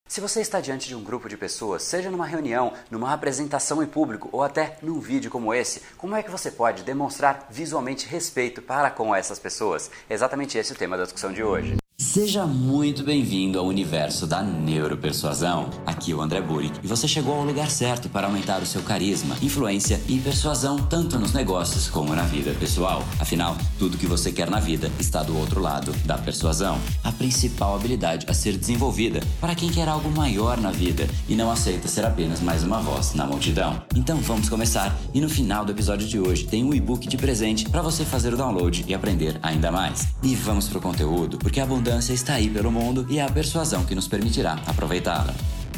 Se você está diante de um grupo de pessoas, seja numa reunião, numa apresentação em público ou até num vídeo como esse, como é que você pode demonstrar visualmente respeito para com essas pessoas? É exatamente esse o tema da discussão de hoje. Seja muito bem-vindo ao universo da neuropersuasão. Aqui é o André Burick e você chegou ao lugar certo para aumentar o seu carisma, influência e persuasão tanto nos negócios como na vida pessoal. Afinal, tudo que você quer na vida está do outro lado da persuasão, a principal habilidade a ser desenvolvida para quem quer algo maior na vida e não aceita ser apenas mais uma voz na multidão. Então vamos começar e no final do episódio de hoje tem um e-book de presente para você fazer o download e aprender ainda mais. E vamos pro conteúdo, porque a abundância está aí pelo mundo e é a persuasão que nos permitirá aproveitá-la.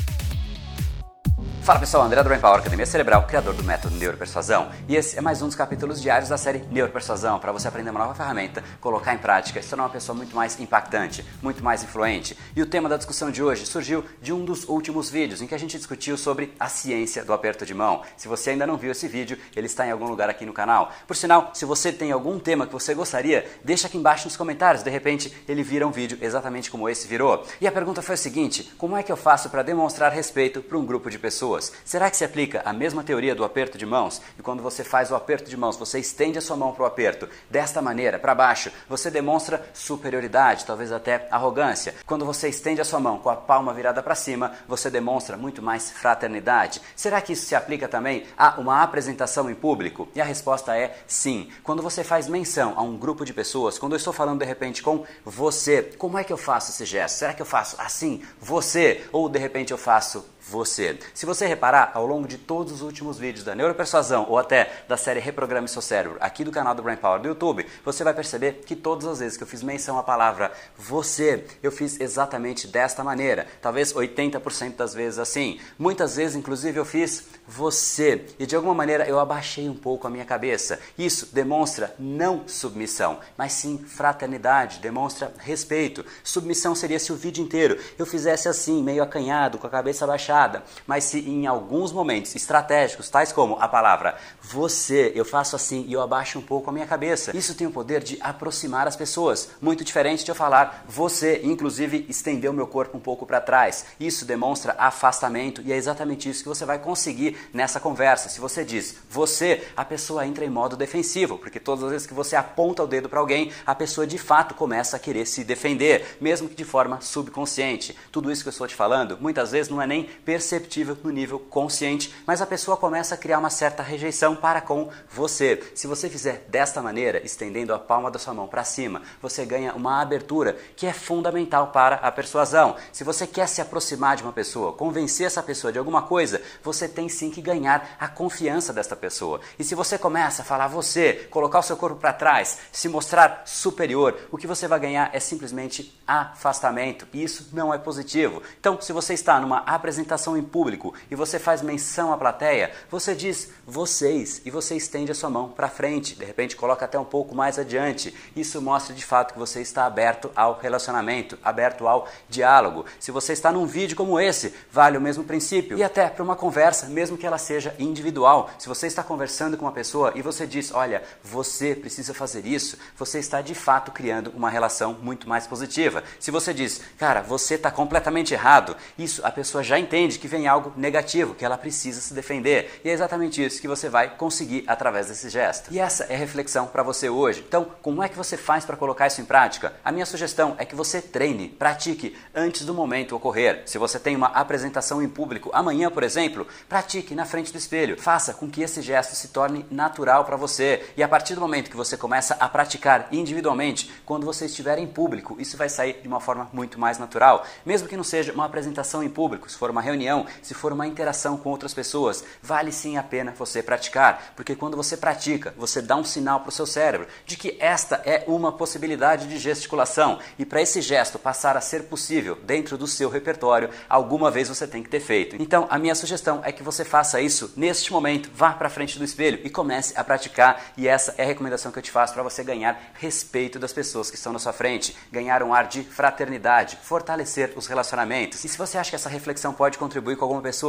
Fala pessoal, André do Brain Power, Academia Cerebral, criador do método Neuropersuasão. E esse é mais um dos capítulos diários da série Neuropersuasão, para você aprender uma nova ferramenta, colocar em prática e se tornar uma pessoa muito mais impactante, muito mais influente. E o tema da discussão de hoje surgiu de um dos últimos vídeos, em que a gente discutiu sobre a ciência do aperto de mão. Se você ainda não viu esse vídeo, ele está em algum lugar aqui no canal. Por sinal, se você tem algum tema que você gostaria, deixa aqui embaixo nos comentários, de repente ele vira um vídeo exatamente como esse virou. E a pergunta foi a seguinte: como é que eu faço para demonstrar respeito para um grupo de pessoas? Será que se aplica a mesma teoria do aperto de mãos? E quando você faz o aperto de mãos, você estende a sua mão para o aperto desta maneira, para baixo, você demonstra superioridade, talvez até arrogância. Quando você estende a sua mão com a palma virada para cima, você demonstra muito mais fraternidade. Será que isso se aplica também a uma apresentação em público? E a resposta é sim. Quando você faz menção a um grupo de pessoas, quando eu estou falando de repente com você, como é que eu faço esse gesto? Será que eu faço assim, você? Ou de repente eu faço você? Se você reparar, ao longo de todos os últimos vídeos da Neuropersuasão ou até da série Reprograme Seu Cérebro, aqui do canal do Brain Power do YouTube, você vai perceber que todas as vezes que eu fiz menção à palavra você, eu fiz exatamente desta maneira. Talvez 80% das vezes assim. Muitas vezes, inclusive, eu fiz você. E de alguma maneira eu abaixei um pouco a minha cabeça. Isso demonstra não submissão, mas sim fraternidade, demonstra respeito. Submissão seria se o vídeo inteiro eu fizesse assim, meio acanhado, com a cabeça abaixada. Mas se em alguns momentos estratégicos, tais como a palavra você, eu faço assim e eu abaixo um pouco a minha cabeça, isso tem o poder de aproximar as pessoas, muito diferente de eu falar você, inclusive estender o meu corpo um pouco para trás. Isso demonstra afastamento e é exatamente isso que você vai conseguir nessa conversa. Se você diz você, a pessoa entra em modo defensivo, porque todas as vezes que você aponta o dedo para alguém, a pessoa de fato começa a querer se defender, mesmo que de forma subconsciente. Tudo isso que eu estou te falando, muitas vezes não é nem perceptível no nível consciente, mas a pessoa começa a criar uma certa rejeição para com você. Se você fizer desta maneira, estendendo a palma da sua mão para cima, você ganha uma abertura que é fundamental para a persuasão. Se você quer se aproximar de uma pessoa, convencer essa pessoa de alguma coisa, você tem sim que ganhar a confiança desta pessoa. E se você começa a falar você, colocar o seu corpo para trás, se mostrar superior, o que você vai ganhar é simplesmente afastamento. E isso não é positivo. Então, se você está numa apresentação em público e você faz menção à plateia, você diz vocês e você estende a sua mão para frente, de repente coloca até um pouco mais adiante. Isso mostra de fato que você está aberto ao relacionamento, aberto ao diálogo. Se você está num vídeo como esse, vale o mesmo princípio. E até para uma conversa, mesmo que ela seja individual, se você está conversando com uma pessoa e você diz, olha, você precisa fazer isso, você está de fato criando uma relação muito mais positiva. Se você diz, cara, você está completamente errado, isso a pessoa já entende que vem algo negativo, que ela precisa se defender. E é exatamente isso que você vai conseguir através desse gesto. E essa é a reflexão para você hoje. Então, como é que você faz para colocar isso em prática? A minha sugestão é que você treine, pratique antes do momento ocorrer. Se você tem uma apresentação em público amanhã, por exemplo, pratique na frente do espelho. Faça com que esse gesto se torne natural para você. E a partir do momento que você começa a praticar individualmente, quando você estiver em público, isso vai sair de uma forma muito mais natural. Mesmo que não seja uma apresentação em público, se for uma reunião, se for uma interação com outras pessoas, vale sim a pena você praticar, porque quando você pratica, você dá um sinal para o seu cérebro de que esta é uma possibilidade de gesticulação e para esse gesto passar a ser possível dentro do seu repertório, alguma vez você tem que ter feito. Então, a minha sugestão é que você faça isso neste momento, vá para frente do espelho e comece a praticar, e essa é a recomendação que eu te faço para você ganhar respeito das pessoas que estão na sua frente, ganhar um ar de fraternidade, fortalecer os relacionamentos. E se você acha que essa reflexão pode contribuir com alguma pessoa,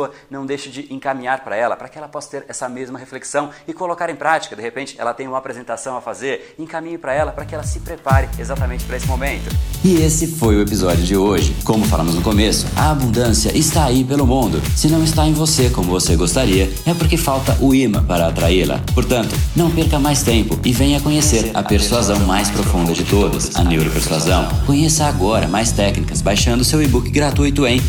pessoa, não deixe de encaminhar para ela, para que ela possa ter essa mesma reflexão e colocar em prática. De repente, ela tem uma apresentação a fazer, encaminhe para ela para que ela se prepare exatamente para esse momento. E esse foi o episódio de hoje. Como falamos no começo, a abundância está aí pelo mundo. Se não está em você como você gostaria, é porque falta o imã para atraí-la. Portanto, não perca mais tempo e venha conhecer a persuasão mais profunda de todas, a neuropersuasão. Conheça agora mais técnicas baixando seu e-book gratuito em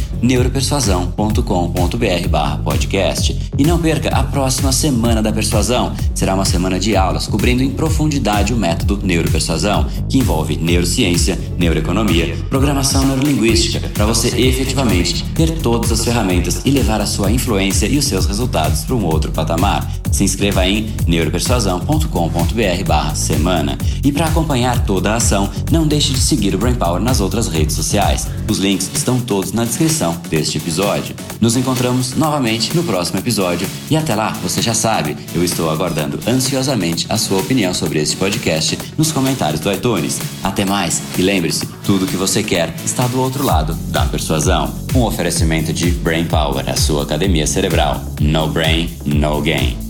neuropersuasão.com.br/podcast. E não perca a próxima Semana da Persuasão. Será uma semana de aulas cobrindo em profundidade o método neuropersuasão, que envolve neurociência, neuroeconomia, programação neurolinguística, para você efetivamente ter todas as ferramentas e levar a sua influência e os seus resultados para um outro patamar. Se inscreva em neuropersuasão.com.br/semana. E para acompanhar toda a ação, não deixe de seguir o Brain Power nas outras redes sociais. Os links estão todos na descrição deste episódio. Nos encontramos novamente no próximo episódio e até lá, você já sabe, eu estou aguardando ansiosamente a sua opinião sobre este podcast nos comentários do iTunes. Até mais e lembre-se, tudo o que você quer está do outro lado da persuasão. Um oferecimento de Brain Power, a sua academia cerebral. No brain, no gain.